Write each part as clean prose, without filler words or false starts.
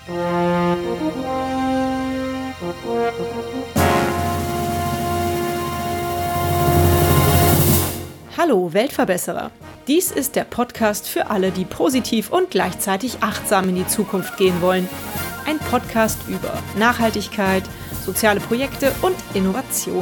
Hallo Weltverbesserer! Dies ist der Podcast für alle, die positiv und gleichzeitig achtsam in die Zukunft gehen wollen. Ein Podcast über Nachhaltigkeit, soziale Projekte und Innovation.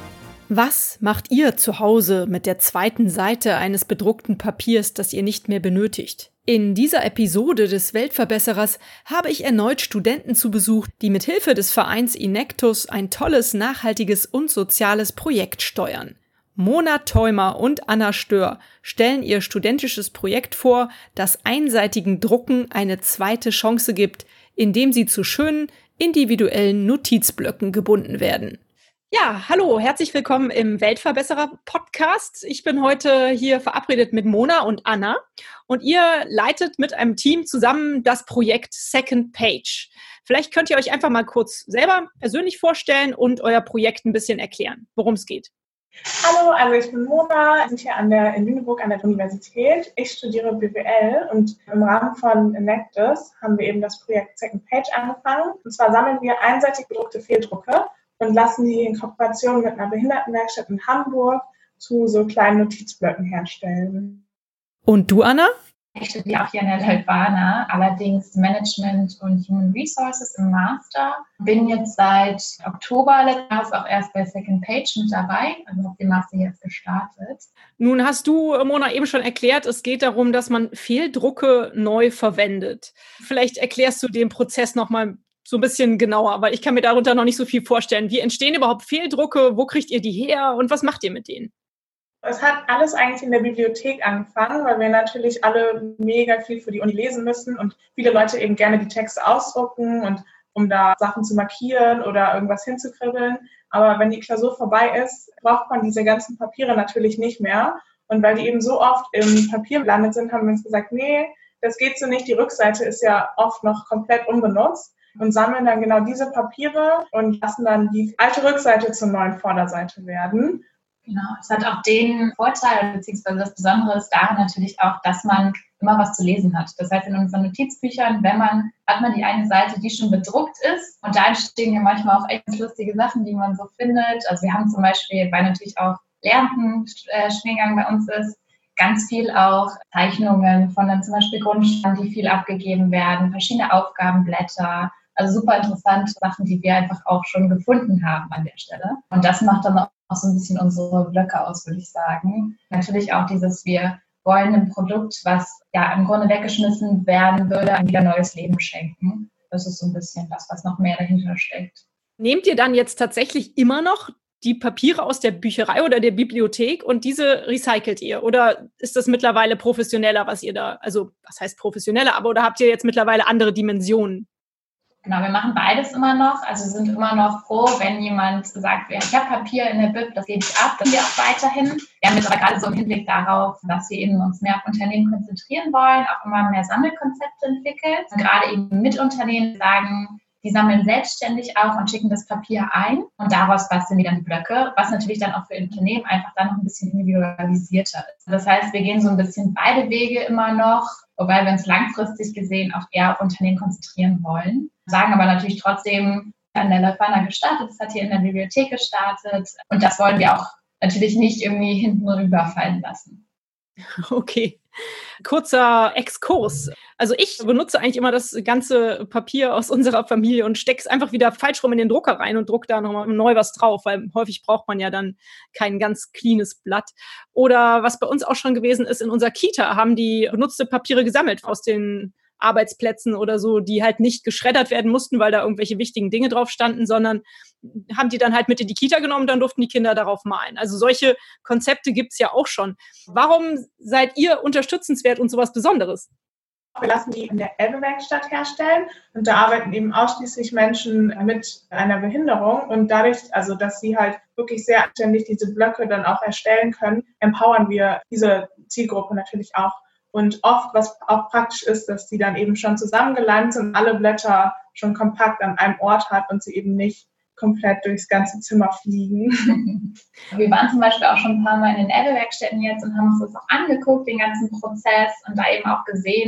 Was macht ihr zu Hause mit der zweiten Seite eines bedruckten Papiers, das ihr nicht mehr benötigt? In dieser Episode des Weltverbesserers habe ich erneut Studenten zu Besuch, die mit Hilfe des Vereins Inectus ein tolles, nachhaltiges und soziales Projekt steuern. Mona Theumer und Anna Stör stellen ihr studentisches Projekt vor, das einseitigen Drucken eine zweite Chance gibt, indem sie zu schönen, individuellen Notizblöcken gebunden werden. Ja, hallo, herzlich willkommen im Weltverbesserer-Podcast. Ich bin heute hier verabredet mit Mona und Anna und ihr leitet mit einem Team zusammen das Projekt Second Page. Vielleicht könnt ihr euch einfach mal kurz selber persönlich vorstellen und euer Projekt ein bisschen erklären, worum es geht. Hallo, also ich bin Mona, ich bin hier in Lüneburg an der Universität. Ich studiere BWL und im Rahmen von Inectus haben wir eben das Projekt Second Page angefangen. Und zwar sammeln wir einseitig bedruckte Fehldrucke und lassen die in Kooperation mit einer Behindertenwerkstatt in Hamburg zu so kleinen Notizblöcken herstellen. Und du, Anna? Ich studiere auch hier an der Leuphana, allerdings Management und Human Resources im Master. Bin jetzt seit Oktober letzten Jahres auch erst bei Second Page mit dabei, also habe den Master jetzt gestartet. Nun hast du, Mona, eben schon erklärt, es geht darum, dass man Fehldrucke neu verwendet. Vielleicht erklärst du den Prozess nochmal so ein bisschen genauer, weil ich kann mir darunter noch nicht so viel vorstellen. Wie entstehen überhaupt Fehldrucke? Wo kriegt ihr die her und was macht ihr mit denen? Es hat alles eigentlich in der Bibliothek angefangen, weil wir natürlich alle mega viel für die Uni lesen müssen und viele Leute eben gerne die Texte ausdrucken und um da Sachen zu markieren oder irgendwas hinzukribbeln. Aber wenn die Klausur vorbei ist, braucht man diese ganzen Papiere natürlich nicht mehr. Und weil die eben so oft im Papier gelandet sind, haben wir uns gesagt, nee, das geht so nicht. Die Rückseite ist ja oft noch komplett unbenutzt und sammeln dann genau diese Papiere und lassen dann die alte Rückseite zur neuen Vorderseite werden. Genau, es hat auch den Vorteil, beziehungsweise das Besondere ist daran natürlich auch, dass man immer was zu lesen hat. Das heißt, in unseren Notizbüchern, hat man die eine Seite, die schon bedruckt ist und da entstehen ja manchmal auch echt lustige Sachen, die man so findet. Also wir haben zum Beispiel, weil natürlich auch Lehramtenstudiengang bei uns ist, ganz viel auch Zeichnungen von dann zum Beispiel Grundschülern, die viel abgegeben werden, verschiedene Aufgabenblätter. Also super interessante Sachen, die wir einfach auch schon gefunden haben an der Stelle. Und das macht dann auch so ein bisschen unsere Blöcke aus, würde ich sagen. Natürlich auch wir wollen ein Produkt, was ja im Grunde weggeschmissen werden würde, ein wieder neues Leben schenken. Das ist so ein bisschen das, was noch mehr dahinter steckt. Nehmt ihr dann jetzt tatsächlich immer noch die Papiere aus der Bücherei oder der Bibliothek und diese recycelt ihr? Oder ist das mittlerweile professioneller, was ihr da, also was heißt professioneller, oder habt ihr jetzt mittlerweile andere Dimensionen? Genau, wir machen beides immer noch. Also sind immer noch froh, wenn jemand sagt, ich habe Papier in der Bib, das gebe ich ab, das wir auch weiterhin. Wir haben jetzt aber gerade so im Hinblick darauf, dass wir eben uns mehr auf Unternehmen konzentrieren wollen, auch immer mehr Sammelkonzepte entwickelt. Und gerade eben mit Unternehmen sagen, die sammeln selbstständig auch und schicken das Papier ein und daraus basteln wir dann die Blöcke, was natürlich dann auch für Unternehmen einfach dann noch ein bisschen individualisierter ist. Das heißt, wir gehen so ein bisschen beide Wege immer noch, wobei wir uns langfristig gesehen auch eher auf Unternehmen konzentrieren wollen. Sagen aber natürlich trotzdem, an der Leuphana gestartet, das hat hier in der Bibliothek gestartet und das wollen wir auch natürlich nicht irgendwie hinten rüberfallen lassen. Okay, kurzer Exkurs. Also ich benutze eigentlich immer das ganze Papier aus unserer Familie und stecke es einfach wieder falsch rum in den Drucker rein und drucke da nochmal neu was drauf, weil häufig braucht man ja dann kein ganz cleanes Blatt. Oder was bei uns auch schon gewesen ist, in unserer Kita haben die benutzte Papiere gesammelt aus den Arbeitsplätzen oder so, die halt nicht geschreddert werden mussten, weil da irgendwelche wichtigen Dinge drauf standen, sondern haben die dann halt mit in die Kita genommen, dann durften die Kinder darauf malen. Also solche Konzepte gibt's ja auch schon. Warum seid ihr unterstützenswert und sowas Besonderes? Wir lassen die in der Elbe-Werkstatt herstellen und da arbeiten eben ausschließlich Menschen mit einer Behinderung und dadurch, also dass sie halt wirklich sehr anständig diese Blöcke dann auch erstellen können, empowern wir diese Zielgruppe natürlich auch. Und oft, was auch praktisch ist, dass die dann eben schon zusammengeleimt sind, alle Blätter schon kompakt an einem Ort hat und sie eben nicht komplett durchs ganze Zimmer fliegen. Wir waren zum Beispiel auch schon ein paar Mal in den Elbe-Werkstätten jetzt und haben uns das auch angeguckt, den ganzen Prozess und da eben auch gesehen,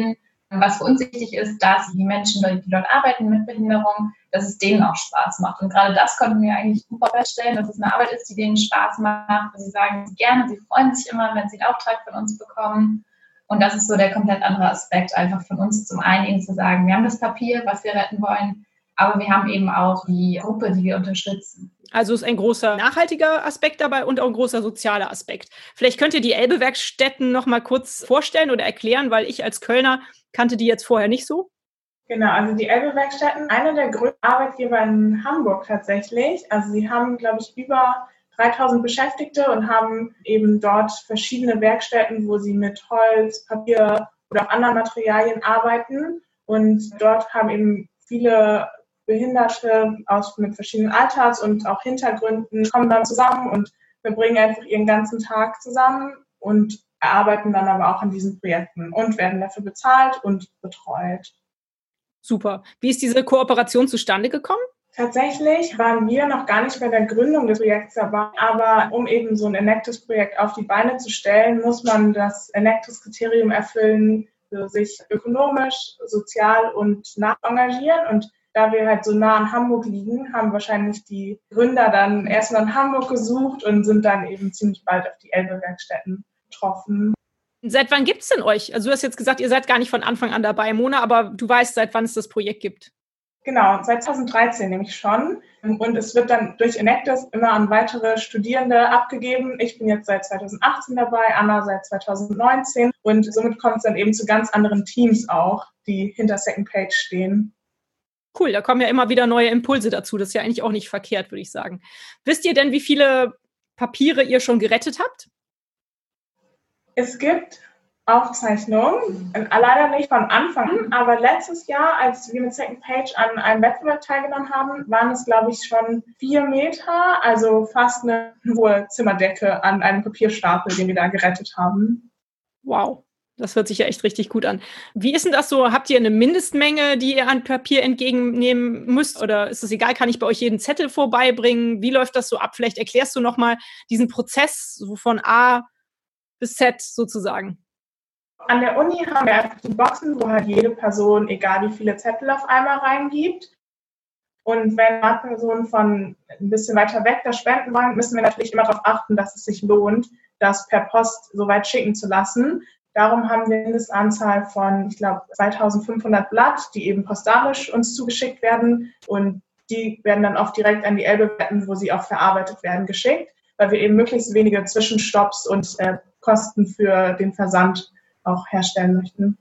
Was für uns wichtig ist, dass die Menschen, die dort arbeiten mit Behinderung, dass es denen auch Spaß macht. Und gerade das konnten wir eigentlich super feststellen, dass es eine Arbeit ist, die denen Spaß macht. Sie sagen es gerne, sie freuen sich immer, wenn sie einen Auftrag von uns bekommen. Und das ist so der komplett andere Aspekt einfach von uns. Zum einen eben zu sagen, wir haben das Papier, was wir retten wollen, aber wir haben eben auch die Gruppe, die wir unterstützen. Also ist ein großer nachhaltiger Aspekt dabei und auch ein großer sozialer Aspekt. Vielleicht könnt ihr die Elbe-Werkstätten noch mal kurz vorstellen oder erklären, weil ich als Kölner kannte die jetzt vorher nicht so. Genau, also die Elbe-Werkstätten, einer der größten Arbeitgeber in Hamburg tatsächlich. Also sie haben, glaube ich, über 3000 Beschäftigte und haben eben dort verschiedene Werkstätten, wo sie mit Holz, Papier oder auch anderen Materialien arbeiten. Und dort haben eben viele Behinderte mit verschiedenen Alters- und auch Hintergründen kommen dann zusammen und verbringen einfach ihren ganzen Tag zusammen und arbeiten dann aber auch an diesen Projekten und werden dafür bezahlt und betreut. Super. Wie ist diese Kooperation zustande gekommen? Tatsächlich waren wir noch gar nicht bei der Gründung des Projekts dabei, aber um eben so ein Enactus-Projekt auf die Beine zu stellen, muss man das Enactus-Kriterium erfüllen, für sich ökonomisch, sozial und engagieren. Und da wir halt so nah an Hamburg liegen, haben wahrscheinlich die Gründer dann erstmal in Hamburg gesucht und sind dann eben ziemlich bald auf die Elbe-Werkstätten getroffen. Seit wann gibt es denn euch? Also du hast jetzt gesagt, ihr seid gar nicht von Anfang an dabei, Mona, aber du weißt, seit wann es das Projekt gibt. Genau, seit 2013 nämlich schon. Und es wird dann durch Enactus immer an weitere Studierende abgegeben. Ich bin jetzt seit 2018 dabei, Anna seit 2019. Und somit kommt es dann eben zu ganz anderen Teams auch, die hinter Second Page stehen. Cool, da kommen ja immer wieder neue Impulse dazu. Das ist ja eigentlich auch nicht verkehrt, würde ich sagen. Wisst ihr denn, wie viele Papiere ihr schon gerettet habt? Es gibt Aufzeichnungen, leider nicht von Anfang an, aber letztes Jahr, als wir mit Second Page an einem Wettbewerb teilgenommen haben, waren es, glaube ich, schon 4 Meter, also fast eine hohe Zimmerdecke an einem Papierstapel, den wir da gerettet haben. Wow, das hört sich ja echt richtig gut an. Wie ist denn das so? Habt ihr eine Mindestmenge, die ihr an Papier entgegennehmen müsst? Oder ist es egal, kann ich bei euch jeden Zettel vorbeibringen? Wie läuft das so ab? Vielleicht erklärst du nochmal diesen Prozess so von A bis Z sozusagen. An der Uni haben wir einfach die Boxen, wo halt jede Person, egal wie viele Zettel auf einmal reingibt. Und wenn eine Person von ein bisschen weiter weg das spenden wollen, müssen wir natürlich immer darauf achten, dass es sich lohnt, das per Post so weit schicken zu lassen. Darum haben wir eine Mindestanzahl von, ich glaube, 2500 Blatt, die eben postalisch uns zugeschickt werden. Und die werden dann oft direkt an die Elbe-Werkstätten, wo sie auch verarbeitet werden, geschickt, weil wir eben möglichst wenige Zwischenstopps und Kosten für den Versand auch herstellen möchten.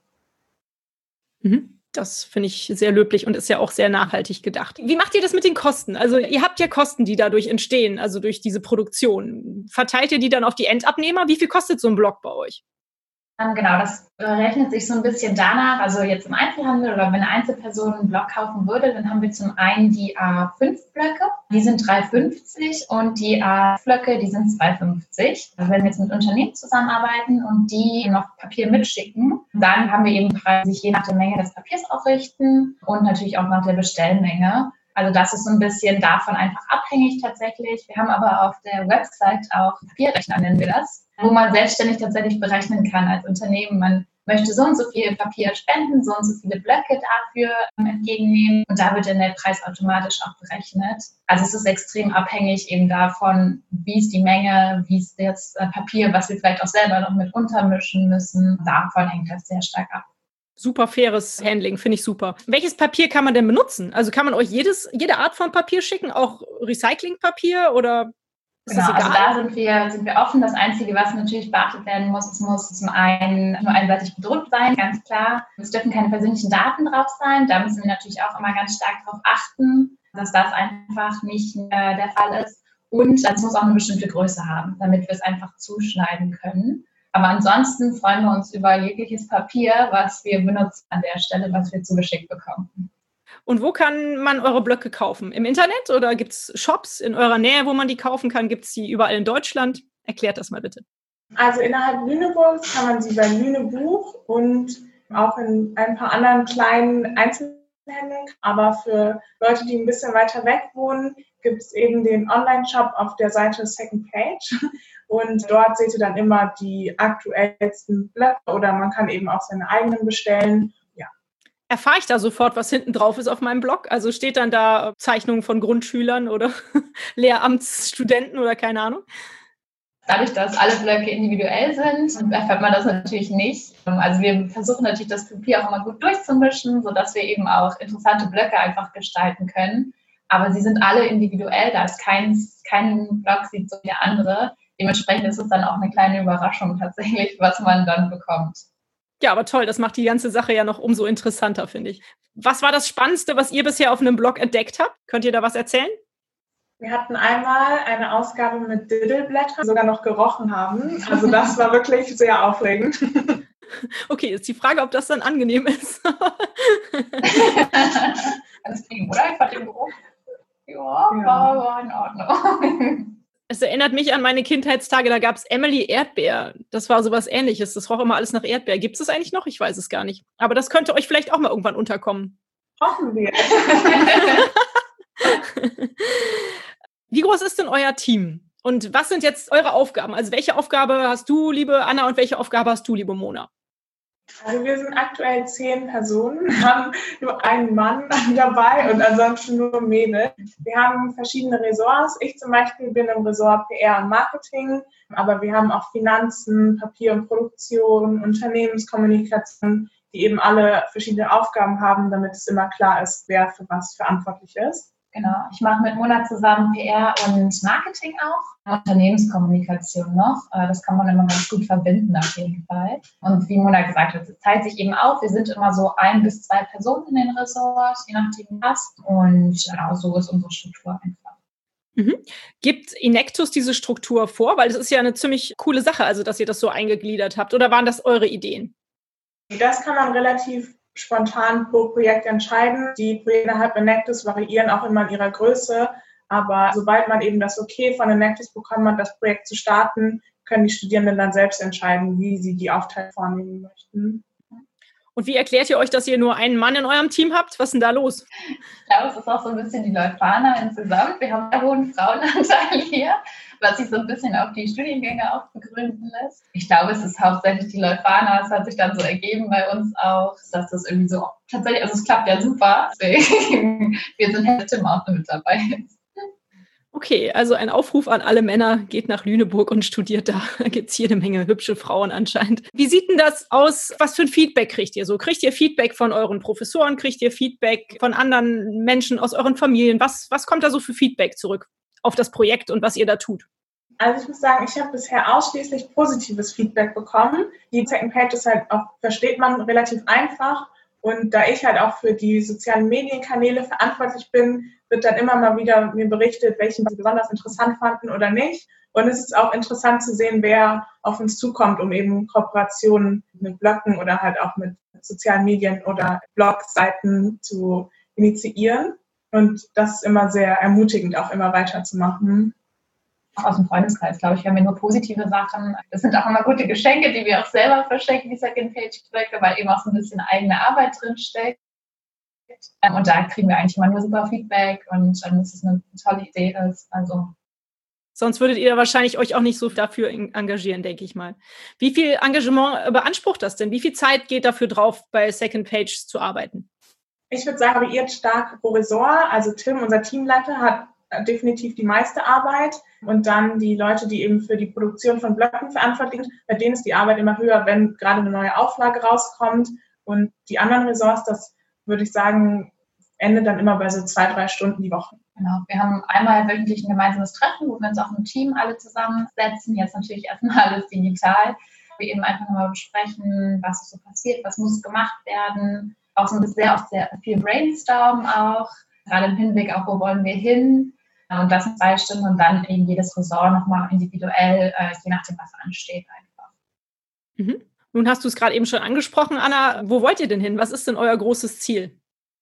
Das finde ich sehr löblich und ist ja auch sehr nachhaltig gedacht. Wie macht ihr das mit den Kosten? Also ihr habt ja Kosten, die dadurch entstehen, also durch diese Produktion. Verteilt ihr die dann auf die Endabnehmer? Wie viel kostet so ein Block bei euch? Genau, das rechnet sich so ein bisschen danach, also jetzt im Einzelhandel oder wenn eine Einzelperson einen Block kaufen würde, dann haben wir zum einen die A5-Blöcke, die sind 3,50 und die A-Blöcke, die sind 2,50. Also wenn wir jetzt mit Unternehmen zusammenarbeiten und die noch Papier mitschicken, dann haben wir eben Preise, die sich je nach der Menge des Papiers aufrichten und natürlich auch nach der Bestellmenge. Also das ist so ein bisschen davon einfach abhängig tatsächlich. Wir haben aber auf der Website auch Papierrechner, nennen wir das, wo man selbstständig tatsächlich berechnen kann als Unternehmen. Man möchte so und so viel Papier spenden, so und so viele Blöcke dafür entgegennehmen und da wird dann der Preis automatisch auch berechnet. Also es ist extrem abhängig eben davon, wie ist die Menge, wie ist das Papier, was wir vielleicht auch selber noch mit untermischen müssen. Davon hängt das sehr stark ab. Super faires Handling, finde ich super. Welches Papier kann man denn benutzen? Also kann man euch jede Art von Papier schicken, auch Recyclingpapier oder ist das egal? Also da sind wir offen. Das Einzige, was natürlich beachtet werden muss, es muss zum einen nur einseitig bedruckt sein, ganz klar. Es dürfen keine persönlichen Daten drauf sein. Da müssen wir natürlich auch immer ganz stark darauf achten, dass das einfach nicht der Fall ist. Und es muss auch eine bestimmte Größe haben, damit wir es einfach zuschneiden können. Aber ansonsten freuen wir uns über jegliches Papier, was wir benutzen an der Stelle, was wir zugeschickt bekommen. Und wo kann man eure Blöcke kaufen? Im Internet oder gibt es Shops in eurer Nähe, wo man die kaufen kann? Gibt es die überall in Deutschland? Erklärt das mal bitte. Also innerhalb Lüneburgs kann man sie bei Lünebuch und auch in ein paar anderen kleinen Einzelhändlern. Aber für Leute, die ein bisschen weiter weg wohnen, gibt es eben den Online-Shop auf der Seite Second Page. Und dort seht ihr dann immer die aktuellsten Blöcke oder man kann eben auch seine eigenen bestellen. Erfahre ich da sofort, was hinten drauf ist auf meinem Blog? Also steht dann da Zeichnungen von Grundschülern oder Lehramtsstudenten oder keine Ahnung? Dadurch, dass alle Blöcke individuell sind, erfährt man das natürlich nicht. Also wir versuchen natürlich, das Papier auch immer gut durchzumischen, sodass wir eben auch interessante Blöcke einfach gestalten können. Aber sie sind alle individuell, da ist kein Block sieht so wie der andere. Dementsprechend ist es dann auch eine kleine Überraschung tatsächlich, was man dann bekommt. Ja, aber toll, das macht die ganze Sache ja noch umso interessanter, finde ich. Was war das Spannendste, was ihr bisher auf einem Blog entdeckt habt? Könnt ihr da was erzählen? Wir hatten einmal eine Ausgabe mit Diddleblättern, die sogar noch gerochen haben. Also das war wirklich sehr aufregend. Okay, ist die Frage, ob das dann angenehm ist. Ganz lieb, oder? Ich fand den Geruch. Ja, war in Ordnung. Es erinnert mich an meine Kindheitstage, da gab es Emily Erdbeer. Das war sowas Ähnliches. Das roch immer alles nach Erdbeer. Gibt es das eigentlich noch? Ich weiß es gar nicht. Aber das könnte euch vielleicht auch mal irgendwann unterkommen. Hoffen wir. Wie groß ist denn euer Team? Und was sind jetzt eure Aufgaben? Also welche Aufgabe hast du, liebe Anna, und welche Aufgabe hast du, liebe Mona? Also wir sind aktuell 10 Personen, haben nur einen Mann dabei und ansonsten nur Mädels. Wir haben verschiedene Ressorts. Ich zum Beispiel bin im Ressort PR und Marketing, aber wir haben auch Finanzen, Papier und Produktion, Unternehmenskommunikation, die eben alle verschiedene Aufgaben haben, damit es immer klar ist, wer für was verantwortlich ist. Genau, ich mache mit Mona zusammen PR und Marketing auch, Unternehmenskommunikation noch. Das kann man immer ganz gut verbinden auf jeden Fall. Und wie Mona gesagt hat, es teilt sich eben auf. Wir sind immer so 1 bis 2 Personen in den Ressorts, je nachdem was. Und genau, so ist unsere Struktur einfach. Mhm. Gibt Inectus diese Struktur vor? Weil es ist ja eine ziemlich coole Sache, also dass ihr das so eingegliedert habt. Oder waren das eure Ideen? Das kann man relativ spontan pro Projekt entscheiden. Die Projekte innerhalb Inectus variieren auch immer in ihrer Größe, aber sobald man eben das Okay von Inectus bekommen hat, das Projekt zu starten, können die Studierenden dann selbst entscheiden, wie sie die Aufteilung vornehmen möchten. Und wie erklärt ihr euch, dass ihr nur einen Mann in eurem Team habt? Was ist denn da los? Ich glaube, es ist auch so ein bisschen die Leuphana insgesamt. Wir haben einen hohen Frauenanteil hier, was sich so ein bisschen auf die Studiengänge auch begründen lässt. Ich glaube, es ist hauptsächlich die Leuphana. Es hat sich dann so ergeben bei uns auch, dass das irgendwie so tatsächlich, also es klappt ja super. Deswegen, wir sind Herr Tim auch mit dabei. Okay, also ein Aufruf an alle Männer, geht nach Lüneburg und studiert da. Da gibt es jede Menge hübsche Frauen anscheinend. Wie sieht denn das aus? Was für ein Feedback kriegt ihr so? Kriegt ihr Feedback von euren Professoren? Kriegt ihr Feedback von anderen Menschen aus euren Familien? Was kommt da so für Feedback zurück auf das Projekt und was ihr da tut? Also ich muss sagen, ich habe bisher ausschließlich positives Feedback bekommen. Die Second Page ist halt auch, versteht man relativ einfach. Und da ich halt auch für die sozialen Medienkanäle verantwortlich bin, wird dann immer mal wieder mir berichtet, welchen sie besonders interessant fanden oder nicht. Und es ist auch interessant zu sehen, wer auf uns zukommt, um eben Kooperationen mit Blöcken oder halt auch mit sozialen Medien oder Blogseiten zu initiieren. Und das ist immer sehr ermutigend, auch immer weiterzumachen. Aus dem Freundeskreis, glaube ich, haben wir nur positive Sachen. Das sind auch immer gute Geschenke, die wir auch selber verschenken, die Second-Page-Projekte, weil eben auch so ein bisschen eigene Arbeit drinsteckt. Und da kriegen wir eigentlich immer nur super Feedback und dass es eine tolle Idee ist. Also sonst würdet ihr wahrscheinlich euch auch nicht so dafür engagieren, denke ich mal. Wie viel Engagement beansprucht das denn? Wie viel Zeit geht dafür drauf, bei Second Page zu arbeiten? Ich würde sagen, variiert stark pro Ressort. Also Tim, unser Teamleiter, hat definitiv die meiste Arbeit. Und dann die Leute, die eben für die Produktion von Blöcken verantwortlich sind, bei denen ist die Arbeit immer höher, wenn gerade eine neue Auflage rauskommt. Und die anderen Ressorts, das würde ich sagen, endet dann immer bei so 2-3 Stunden die Woche. Genau, wir haben einmal wöchentlich ein gemeinsames Treffen, wo wir uns auch im Team alle zusammensetzen. Jetzt natürlich erstmal alles digital. Wir eben einfach nochmal besprechen, was ist so passiert, was muss gemacht werden. Auch so ein bisschen sehr viel Brainstorm auch, gerade im Hinblick auf, wo wollen wir hin. Und das in 2 Stunden und dann eben jedes Ressort nochmal individuell, je nachdem, was ansteht einfach. Mhm. Nun hast du es gerade eben schon angesprochen, Anna. Wo wollt ihr denn hin? Was ist denn euer großes Ziel?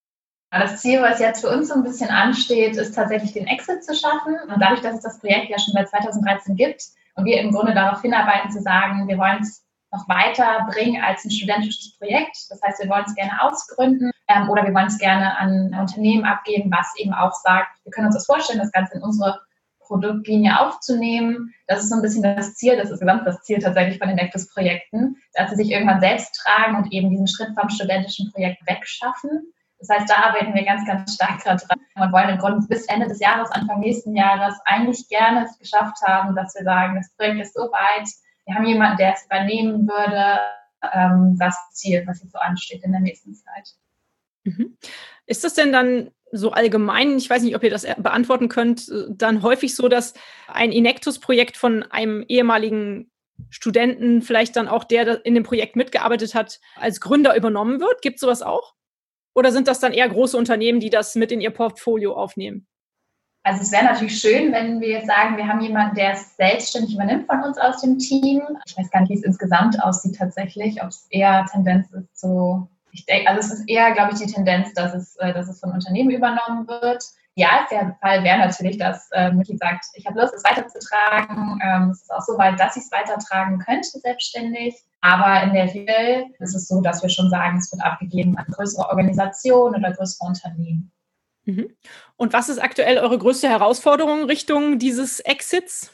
Das Ziel, was jetzt für uns so ein bisschen ansteht, ist tatsächlich den Exit zu schaffen. Und dadurch, dass es das Projekt ja schon seit 2013 gibt und wir im Grunde darauf hinarbeiten zu sagen, wir wollen es noch weiter bringen als ein studentisches Projekt. Das heißt, wir wollen es gerne ausgründen oder wir wollen es gerne an ein Unternehmen abgeben, was eben auch sagt, wir können uns das vorstellen, das Ganze in unsere Produktlinie aufzunehmen. Das ist so ein bisschen das Ziel, das ist gesamt das Ziel tatsächlich von den Enactus-Projekten, dass sie sich irgendwann selbst tragen und eben diesen Schritt vom studentischen Projekt wegschaffen. Das heißt, da arbeiten wir ganz, ganz stark gerade dran und wollen im Grunde bis Ende des Jahres, Anfang nächsten Jahres eigentlich gerne es geschafft haben, dass wir sagen, das Projekt ist so weit, wir haben jemanden, der es übernehmen würde, das Ziel, was jetzt so ansteht in der nächsten Zeit. Mhm. Ist das denn dann so allgemein, ich weiß nicht, ob ihr das beantworten könnt, dann häufig so, dass ein Enactus-Projekt von einem ehemaligen Studenten, vielleicht dann auch der in dem Projekt mitgearbeitet hat, als Gründer übernommen wird? Gibt es sowas auch? Oder sind das dann eher große Unternehmen, die das mit in ihr Portfolio aufnehmen? Also es wäre natürlich schön, wenn wir jetzt sagen, wir haben jemanden, der es selbstständig übernimmt von uns aus dem Team. Ich weiß gar nicht, wie es insgesamt aussieht tatsächlich, ob es eher Tendenz ist so, ich denke, also es ist eher, glaube ich, die Tendenz, dass es von Unternehmen übernommen wird. Ja, der Fall wäre natürlich, dass Mitglied sagt, ich habe Lust, es weiterzutragen. Es ist auch so weit, dass ich es weitertragen könnte, selbstständig. Aber in der Regel ist es so, dass wir schon sagen, es wird abgegeben an größere Organisationen oder größere Unternehmen. Mhm. Und was ist aktuell eure größte Herausforderung Richtung dieses Exits?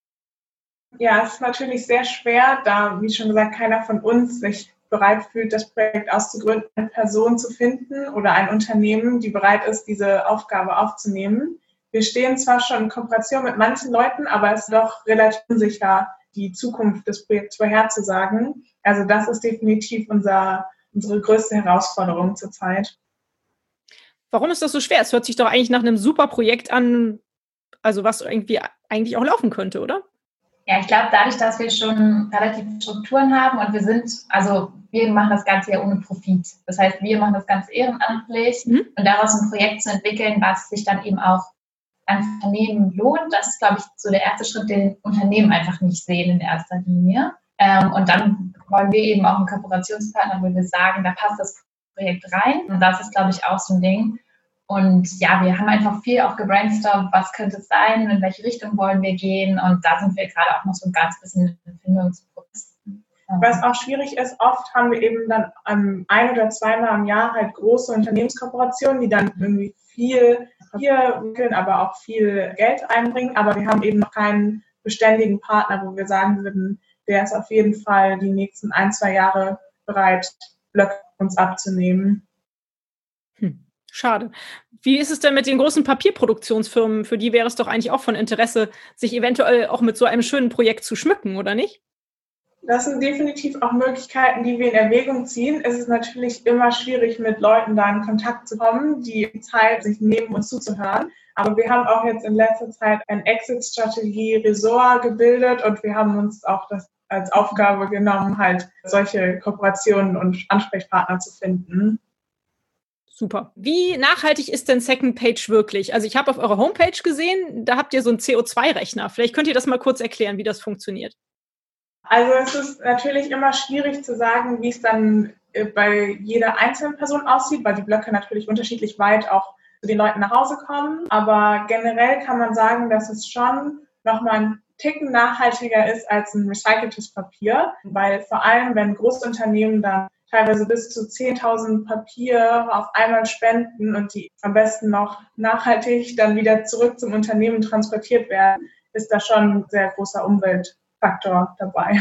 Ja, es ist natürlich sehr schwer, da, wie schon gesagt, keiner von uns sich bereit fühlt, das Projekt auszugründen, eine Person zu finden oder ein Unternehmen, die bereit ist, diese Aufgabe aufzunehmen. Wir stehen zwar schon in Kooperation mit manchen Leuten, aber es ist doch relativ unsicher, die Zukunft des Projekts vorherzusagen. Also das ist definitiv unsere größte Herausforderung zurzeit. Warum ist das so schwer? Es hört sich doch eigentlich nach einem super Projekt an, also was irgendwie eigentlich auch laufen könnte, oder? Ja, ich glaube, dadurch, dass wir schon relativ Strukturen haben und wir machen das Ganze ja ohne Profit. Das heißt, wir machen das Ganze ehrenamtlich und daraus ein Projekt zu entwickeln, was sich dann eben auch an Unternehmen lohnt, das ist, glaube ich, so der erste Schritt, den Unternehmen einfach nicht sehen in erster Linie. Und dann wollen wir eben auch einen Kooperationspartner, wo wir sagen, da passt das Projekt rein. Und das ist, glaube ich, auch so ein Ding. Und ja, wir haben einfach viel auch gebrainstormt, was könnte es sein, in welche Richtung wollen wir gehen. Und da sind wir gerade auch noch so ein ganz bisschen im Findungsprozess. Was auch schwierig ist, oft haben wir eben dann ein- oder zweimal im Jahr halt große Unternehmenskooperationen, die dann irgendwie viel Papier wickeln, aber auch viel Geld einbringen. Aber wir haben eben noch keinen beständigen Partner, wo wir sagen würden, der ist auf jeden Fall die nächsten 1-2 Jahre bereit, Blöcke uns abzunehmen. Schade. Wie ist es denn mit den großen Papierproduktionsfirmen? Für die wäre es doch eigentlich auch von Interesse, sich eventuell auch mit so einem schönen Projekt zu schmücken, oder nicht? Das sind definitiv auch Möglichkeiten, die wir in Erwägung ziehen. Es ist natürlich immer schwierig, mit Leuten da in Kontakt zu kommen, die Zeit sich nehmen, uns zuzuhören. Aber wir haben auch jetzt in letzter Zeit ein Exit-Strategie-Ressort gebildet und wir haben uns auch das als Aufgabe genommen, halt solche Kooperationen und Ansprechpartner zu finden. Super. Wie nachhaltig ist denn Second Page wirklich? Also ich habe auf eurer Homepage gesehen, da habt ihr so einen CO2-Rechner. Vielleicht könnt ihr das mal kurz erklären, wie das funktioniert. Also es ist natürlich immer schwierig zu sagen, wie es dann bei jeder einzelnen Person aussieht, weil die Blöcke natürlich unterschiedlich weit auch zu den Leuten nach Hause kommen. Aber generell kann man sagen, dass es schon nochmal ein Ticken nachhaltiger ist als ein recyceltes Papier, weil vor allem, wenn Großunternehmen dann teilweise bis zu 10.000 Papier auf einmal spenden und die am besten noch nachhaltig dann wieder zurück zum Unternehmen transportiert werden, ist da schon ein sehr großer Umweltfaktor dabei.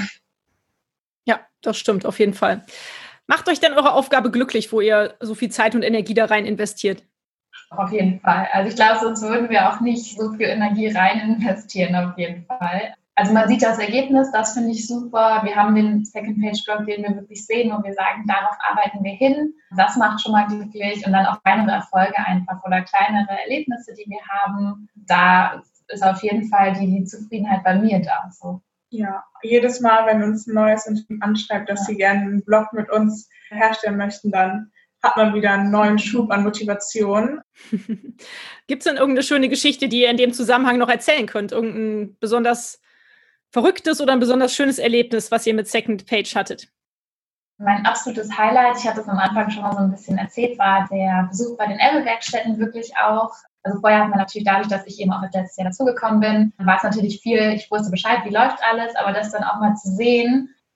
Ja, das stimmt, auf jeden Fall. Macht euch denn eure Aufgabe glücklich, wo ihr so viel Zeit und Energie da rein investiert? Auf jeden Fall. Also ich glaube, sonst würden wir auch nicht so viel Energie rein investieren, auf jeden Fall. Also man sieht das Ergebnis, das finde ich super. Wir haben den Second-Page-Blog, den wir wirklich sehen und wir sagen, darauf arbeiten wir hin. Das macht schon mal glücklich und dann auch kleinere Erfolge einfach oder kleinere Erlebnisse, die wir haben. Da ist auf jeden Fall die Zufriedenheit bei mir da. So. Ja, jedes Mal, wenn uns ein neues Unternehmen anschreibt, dass sie gerne einen Blog mit uns herstellen möchten, dann hat man wieder einen neuen Schub an Motivation. Gibt es denn irgendeine schöne Geschichte, die ihr in dem Zusammenhang noch erzählen könnt? Irgendein besonders verrücktes oder ein besonders schönes Erlebnis, was ihr mit Second Page hattet? Mein absolutes Highlight, ich hatte es am Anfang schon mal so ein bisschen erzählt, war der Besuch bei den Elbe-Werkstätten wirklich auch. Also vorher hat man natürlich dadurch, dass ich eben auch letztes Jahr dazugekommen bin, war es natürlich viel, ich wusste Bescheid, wie läuft alles, aber das dann auch mal zu sehen,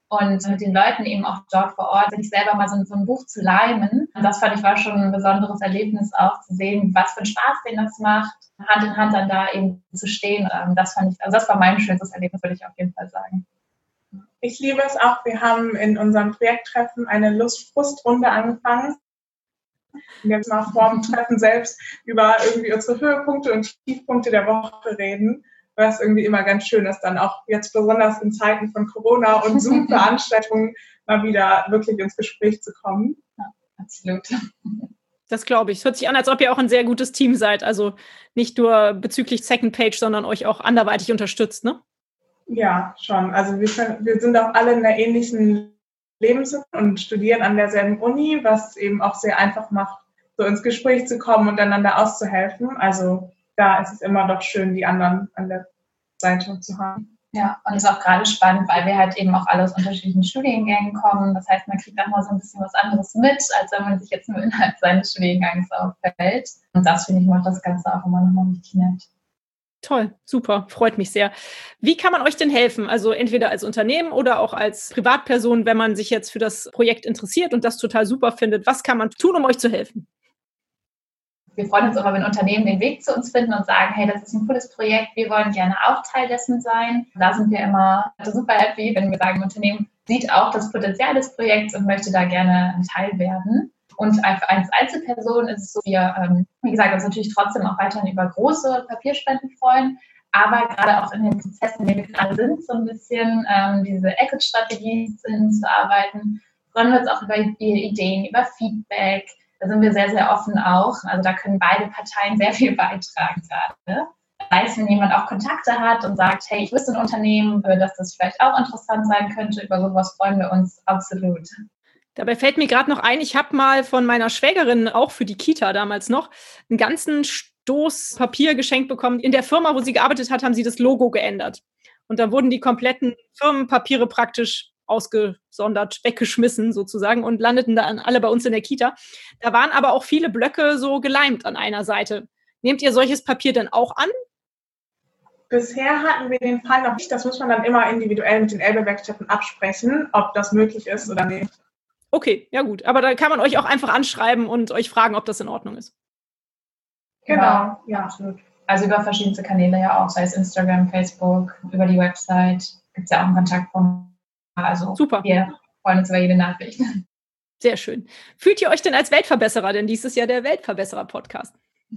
und mit den Leuten eben auch dort vor Ort, sich selber mal so ein Buch zu leimen. Und das fand ich war schon ein besonderes Erlebnis auch zu sehen, was für einen Spaß denen das macht, Hand in Hand dann da eben zu stehen. Das fand ich, also das war mein schönstes Erlebnis, würde ich auf jeden Fall sagen. Ich liebe es auch, wir haben in unserem Projekttreffen eine Lust-Frust-Runde angefangen. Wir jetzt mal vor dem Treffen selbst über irgendwie unsere Höhepunkte und Tiefpunkte der Woche reden, was irgendwie immer ganz schön ist, dann auch jetzt besonders in Zeiten von Corona und Zoom-Veranstaltungen mal wieder wirklich ins Gespräch zu kommen. Ja, absolut. Das glaube ich. Es hört sich an, als ob ihr auch ein sehr gutes Team seid. Also nicht nur bezüglich Second Page, sondern euch auch anderweitig unterstützt, ne? Ja, schon. Also wir sind auch alle in einer ähnlichen Lebenssituation und studieren an derselben Uni, was eben auch sehr einfach macht, so ins Gespräch zu kommen und einander auszuhelfen. Also da ist es immer doch schön, die anderen an der Seite zu haben. Ja, und es ist auch gerade spannend, weil wir halt eben auch alle aus unterschiedlichen Studiengängen kommen. Das heißt, man kriegt auch mal so ein bisschen was anderes mit, als wenn man sich jetzt nur innerhalb seines Studiengangs aufhält. Und das, finde ich, macht das Ganze auch immer nochmal richtig nett. Toll, super, freut mich sehr. Wie kann man euch denn helfen? Also entweder als Unternehmen oder auch als Privatperson, wenn man sich jetzt für das Projekt interessiert und das total super findet. Was kann man tun, um euch zu helfen? Wir freuen uns immer, wenn Unternehmen den Weg zu uns finden und sagen, hey, das ist ein cooles Projekt, wir wollen gerne auch Teil dessen sein. Da sind wir immer super happy, wenn wir sagen, ein Unternehmen sieht auch das Potenzial des Projekts und möchte da gerne ein Teil werden. Und als Einzelperson ist es so, wir, wie gesagt, uns natürlich trotzdem auch weiterhin über große Papierspenden freuen, aber gerade auch in den Prozessen, in denen wir gerade sind, so ein bisschen diese Exit-Strategie zu arbeiten, freuen wir uns auch über Ideen, über Feedback. Da sind wir sehr, sehr offen auch. Also da können beide Parteien sehr viel beitragen gerade. Sei es, wenn jemand auch Kontakte hat und sagt, hey, ich wüsste ein Unternehmen, dass das vielleicht auch interessant sein könnte, über sowas freuen wir uns absolut. Dabei fällt mir gerade noch ein, ich habe mal von meiner Schwägerin, auch für die Kita damals noch, einen ganzen Stoß Papier geschenkt bekommen. In der Firma, wo sie gearbeitet hat, haben sie das Logo geändert. Und da wurden die kompletten Firmenpapiere praktisch ausgesondert, weggeschmissen sozusagen und landeten dann alle bei uns in der Kita. Da waren aber auch viele Blöcke so geleimt an einer Seite. Nehmt ihr solches Papier denn auch an? Bisher hatten wir den Fall noch nicht. Das muss man dann immer individuell mit den Elbe-Werkstätten absprechen, ob das möglich ist oder nicht. Okay, ja gut. Aber da kann man euch auch einfach anschreiben und euch fragen, ob das in Ordnung ist. Genau, ja, absolut. Also über verschiedenste Kanäle ja auch, sei es Instagram, Facebook, über die Website. Gibt es ja auch einen Kontaktpunkt. Also super. Wir freuen uns über jede Nachricht. Sehr schön. Fühlt ihr euch denn als Weltverbesserer? Denn dies ist ja der Weltverbesserer-Podcast.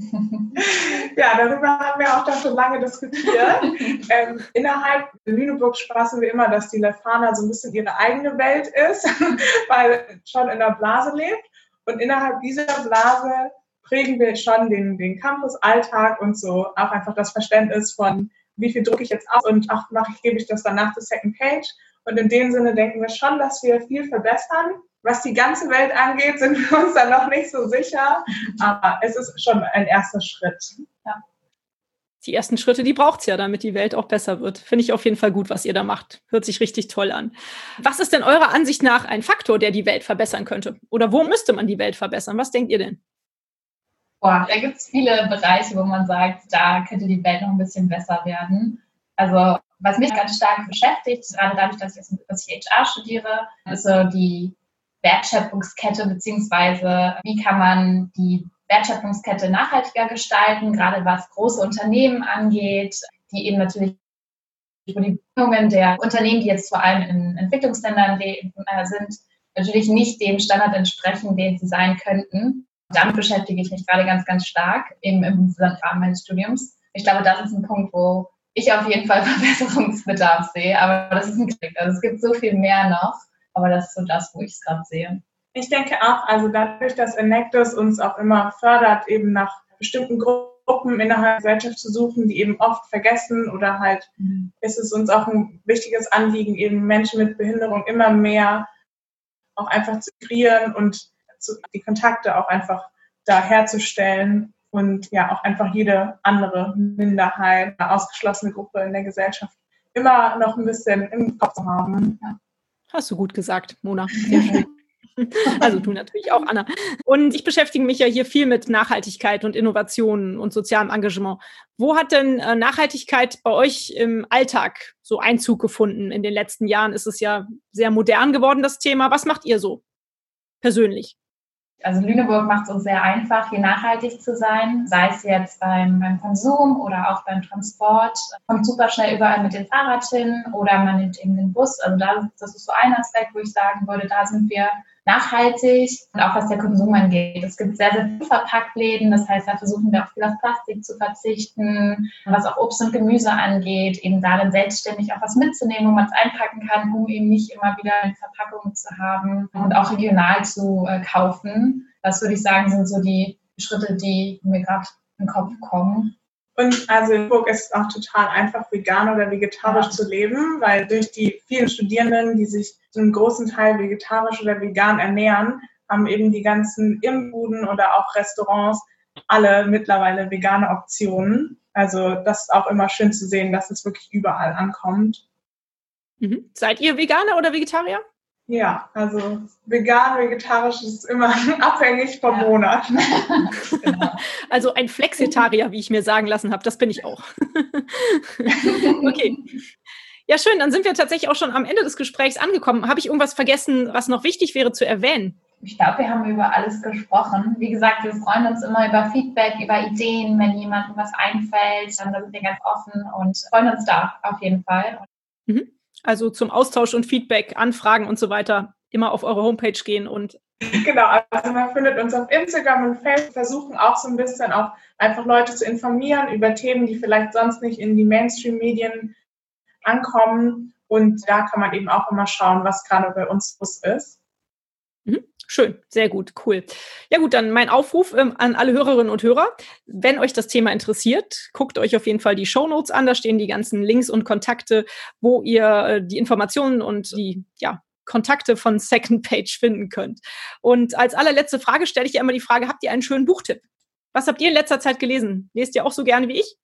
Ja, darüber haben wir auch da schon lange diskutiert. Innerhalb Lüneburg spaßen wir immer, dass die Lefana so ein bisschen ihre eigene Welt ist, weil schon in der Blase lebt. Und innerhalb dieser Blase prägen wir schon den Campus-Alltag und so auch einfach das Verständnis von, wie viel drucke ich jetzt aus und gebe ich das dann nach der Second Page. Und in dem Sinne denken wir schon, dass wir viel verbessern. Was die ganze Welt angeht, sind wir uns dann noch nicht so sicher. Aber es ist schon ein erster Schritt. Ja. Die ersten Schritte, die braucht es ja, damit die Welt auch besser wird. Finde ich auf jeden Fall gut, was ihr da macht. Hört sich richtig toll an. Was ist denn eurer Ansicht nach ein Faktor, der die Welt verbessern könnte? Oder wo müsste man die Welt verbessern? Was denkt ihr denn? Boah, da gibt es viele Bereiche, wo man sagt, da könnte die Welt noch ein bisschen besser werden. Also was mich ganz stark beschäftigt, gerade dadurch, dass ich HR studiere, ist so die Wertschöpfungskette, beziehungsweise wie kann man die Wertschöpfungskette nachhaltiger gestalten, gerade was große Unternehmen angeht, die eben natürlich wo die Bedingungen der Unternehmen, die jetzt vor allem in Entwicklungsländern sind, natürlich nicht dem Standard entsprechen, den sie sein könnten. Damit beschäftige ich mich gerade ganz, ganz stark eben im Rahmen meines Studiums. Ich glaube, das ist ein Punkt, wo ich auf jeden Fall Verbesserungsbedarf sehe, aber das ist ein Klick. Also es gibt so viel mehr noch, aber das ist so das, wo ich es gerade sehe. Ich denke auch, also dadurch, dass Enactus uns auch immer fördert, eben nach bestimmten Gruppen innerhalb der Gesellschaft zu suchen, die eben oft vergessen oder halt ist es uns auch ein wichtiges Anliegen, eben Menschen mit Behinderung immer mehr auch einfach zu integrieren und die Kontakte auch einfach da herzustellen und ja auch einfach jede andere Minderheit, ausgeschlossene Gruppe in der Gesellschaft immer noch ein bisschen im Kopf zu haben. Ja. Hast du gut gesagt, Mona. Sehr schön. Also du natürlich auch, Anna. Und ich beschäftige mich ja hier viel mit Nachhaltigkeit und Innovationen und sozialem Engagement. Wo hat denn Nachhaltigkeit bei euch im Alltag so Einzug gefunden? In den letzten Jahren ist es ja sehr modern geworden, das Thema. Was macht ihr so persönlich? Also Lüneburg macht es uns sehr einfach, hier nachhaltig zu sein, sei es jetzt beim Konsum oder auch beim Transport. Kommt super schnell überall mit dem Fahrrad hin oder man nimmt eben den Bus. Also das ist so ein Aspekt, wo ich sagen würde, da sind wir nachhaltig und auch was der Konsum angeht. Es gibt sehr, sehr viele Verpacktläden, das heißt, da versuchen wir auch viel auf Plastik zu verzichten. Was auch Obst und Gemüse angeht, eben da dann selbstständig auch was mitzunehmen, wo man es einpacken kann, um eben nicht immer wieder eine Verpackung zu haben und auch regional zu kaufen. Das würde ich sagen, sind so die Schritte, die mir gerade in den Kopf kommen. Und also in Hamburg ist es auch total einfach, vegan oder vegetarisch zu leben, weil durch die vielen Studierenden, die sich zu einem großen Teil vegetarisch oder vegan ernähren, haben eben die ganzen Imbuden oder auch Restaurants alle mittlerweile vegane Optionen. Also das ist auch immer schön zu sehen, dass es wirklich überall ankommt. Mhm. Seid ihr Veganer oder Vegetarier? Ja, also vegan, vegetarisch ist immer abhängig vom Monat. Genau. Also ein Flexitarier, wie ich mir sagen lassen habe, das bin ich auch. Okay. Ja, schön, dann sind wir tatsächlich auch schon am Ende des Gesprächs angekommen. Habe ich irgendwas vergessen, was noch wichtig wäre zu erwähnen? Ich glaube, wir haben über alles gesprochen. Wie gesagt, wir freuen uns immer über Feedback, über Ideen, wenn jemandem was einfällt, dann sind wir ganz offen und freuen uns da auf jeden Fall. Mhm. Also zum Austausch und Feedback, Anfragen und so weiter immer auf eure Homepage gehen und... Genau, also man findet uns auf Instagram und Facebook, versuchen auch so ein bisschen auch einfach Leute zu informieren über Themen, die vielleicht sonst nicht in die Mainstream-Medien ankommen. Und da kann man eben auch immer schauen, was gerade bei uns los ist. Mhm. Schön, sehr gut, cool. Ja gut, dann mein Aufruf an alle Hörerinnen und Hörer. Wenn euch das Thema interessiert, guckt euch auf jeden Fall die Shownotes an. Da stehen die ganzen Links und Kontakte, wo ihr die Informationen und die Kontakte von Second Page finden könnt. Und als allerletzte Frage stelle ich ja immer die Frage, habt ihr einen schönen Buchtipp? Was habt ihr in letzter Zeit gelesen? Lest ihr auch so gerne wie ich?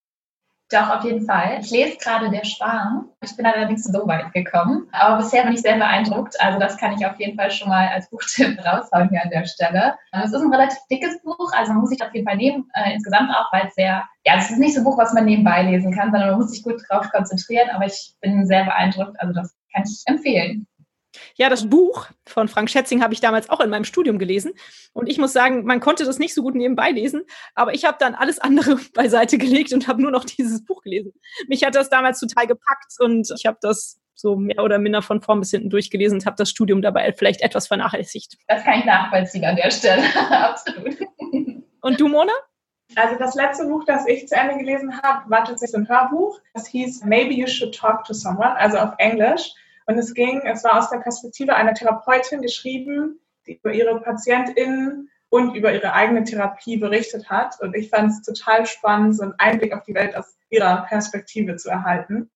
Doch, auf jeden Fall. Ich lese gerade Der Schwarm. Ich bin allerdings so weit gekommen. Aber bisher bin ich sehr beeindruckt. Also das kann ich auf jeden Fall schon mal als Buchtipp raushauen hier an der Stelle. Es ist ein relativ dickes Buch, also man muss sich auf jeden Fall nehmen. Insgesamt auch, weil es ist nicht so ein Buch, was man nebenbei lesen kann, sondern man muss sich gut drauf konzentrieren. Aber ich bin sehr beeindruckt. Also das kann ich empfehlen. Ja, das Buch von Frank Schätzing habe ich damals auch in meinem Studium gelesen. Und ich muss sagen, man konnte das nicht so gut nebenbei lesen. Aber ich habe dann alles andere beiseite gelegt und habe nur noch dieses Buch gelesen. Mich hat das damals total gepackt und ich habe das so mehr oder minder von vorn bis hinten durchgelesen und habe das Studium dabei vielleicht etwas vernachlässigt. Das kann ich nachvollziehen an der Stelle. Absolut. Und du, Mona? Also das letzte Buch, das ich zu Ende gelesen habe, war tatsächlich ein Hörbuch. Das hieß Maybe You Should Talk to Someone, also auf Englisch. Und es war aus der Perspektive einer Therapeutin geschrieben, die über ihre PatientInnen und über ihre eigene Therapie berichtet hat. Und ich fand es total spannend, so einen Einblick auf die Welt aus ihrer Perspektive zu erhalten.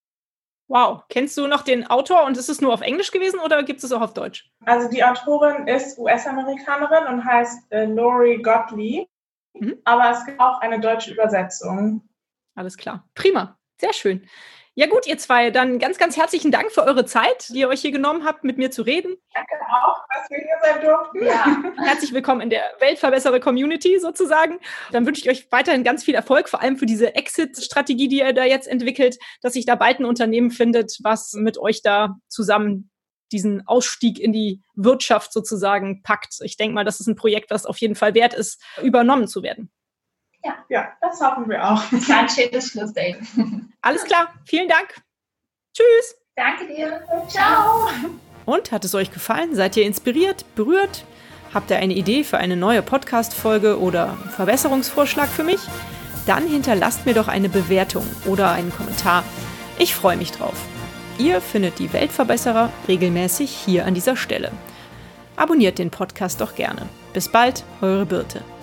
Wow. Kennst du noch den Autor und ist es nur auf Englisch gewesen oder gibt es auch auf Deutsch? Also die Autorin ist US-Amerikanerin und heißt Lori Gottlieb. Aber es gibt auch eine deutsche Übersetzung. Alles klar. Prima. Sehr schön. Ja gut, ihr zwei, dann ganz, ganz herzlichen Dank für eure Zeit, die ihr euch hier genommen habt, mit mir zu reden. Danke auch, dass wir hier sein durften. Ja. Herzlich willkommen in der Weltverbesserer-Community sozusagen. Dann wünsche ich euch weiterhin ganz viel Erfolg, vor allem für diese Exit-Strategie, die ihr da jetzt entwickelt, dass sich da bald ein Unternehmen findet, was mit euch da zusammen diesen Ausstieg in die Wirtschaft sozusagen packt. Ich denke mal, das ist ein Projekt, was auf jeden Fall wert ist, übernommen zu werden. Ja, das hoffen wir auch. Das war ein schönes Schlussdate. Alles klar, vielen Dank. Tschüss. Danke dir. Ciao. Und, hat es euch gefallen? Seid ihr inspiriert, berührt? Habt ihr eine Idee für eine neue Podcast-Folge oder Verbesserungsvorschlag für mich? Dann hinterlasst mir doch eine Bewertung oder einen Kommentar. Ich freue mich drauf. Ihr findet die Weltverbesserer regelmäßig hier an dieser Stelle. Abonniert den Podcast doch gerne. Bis bald, eure Birte.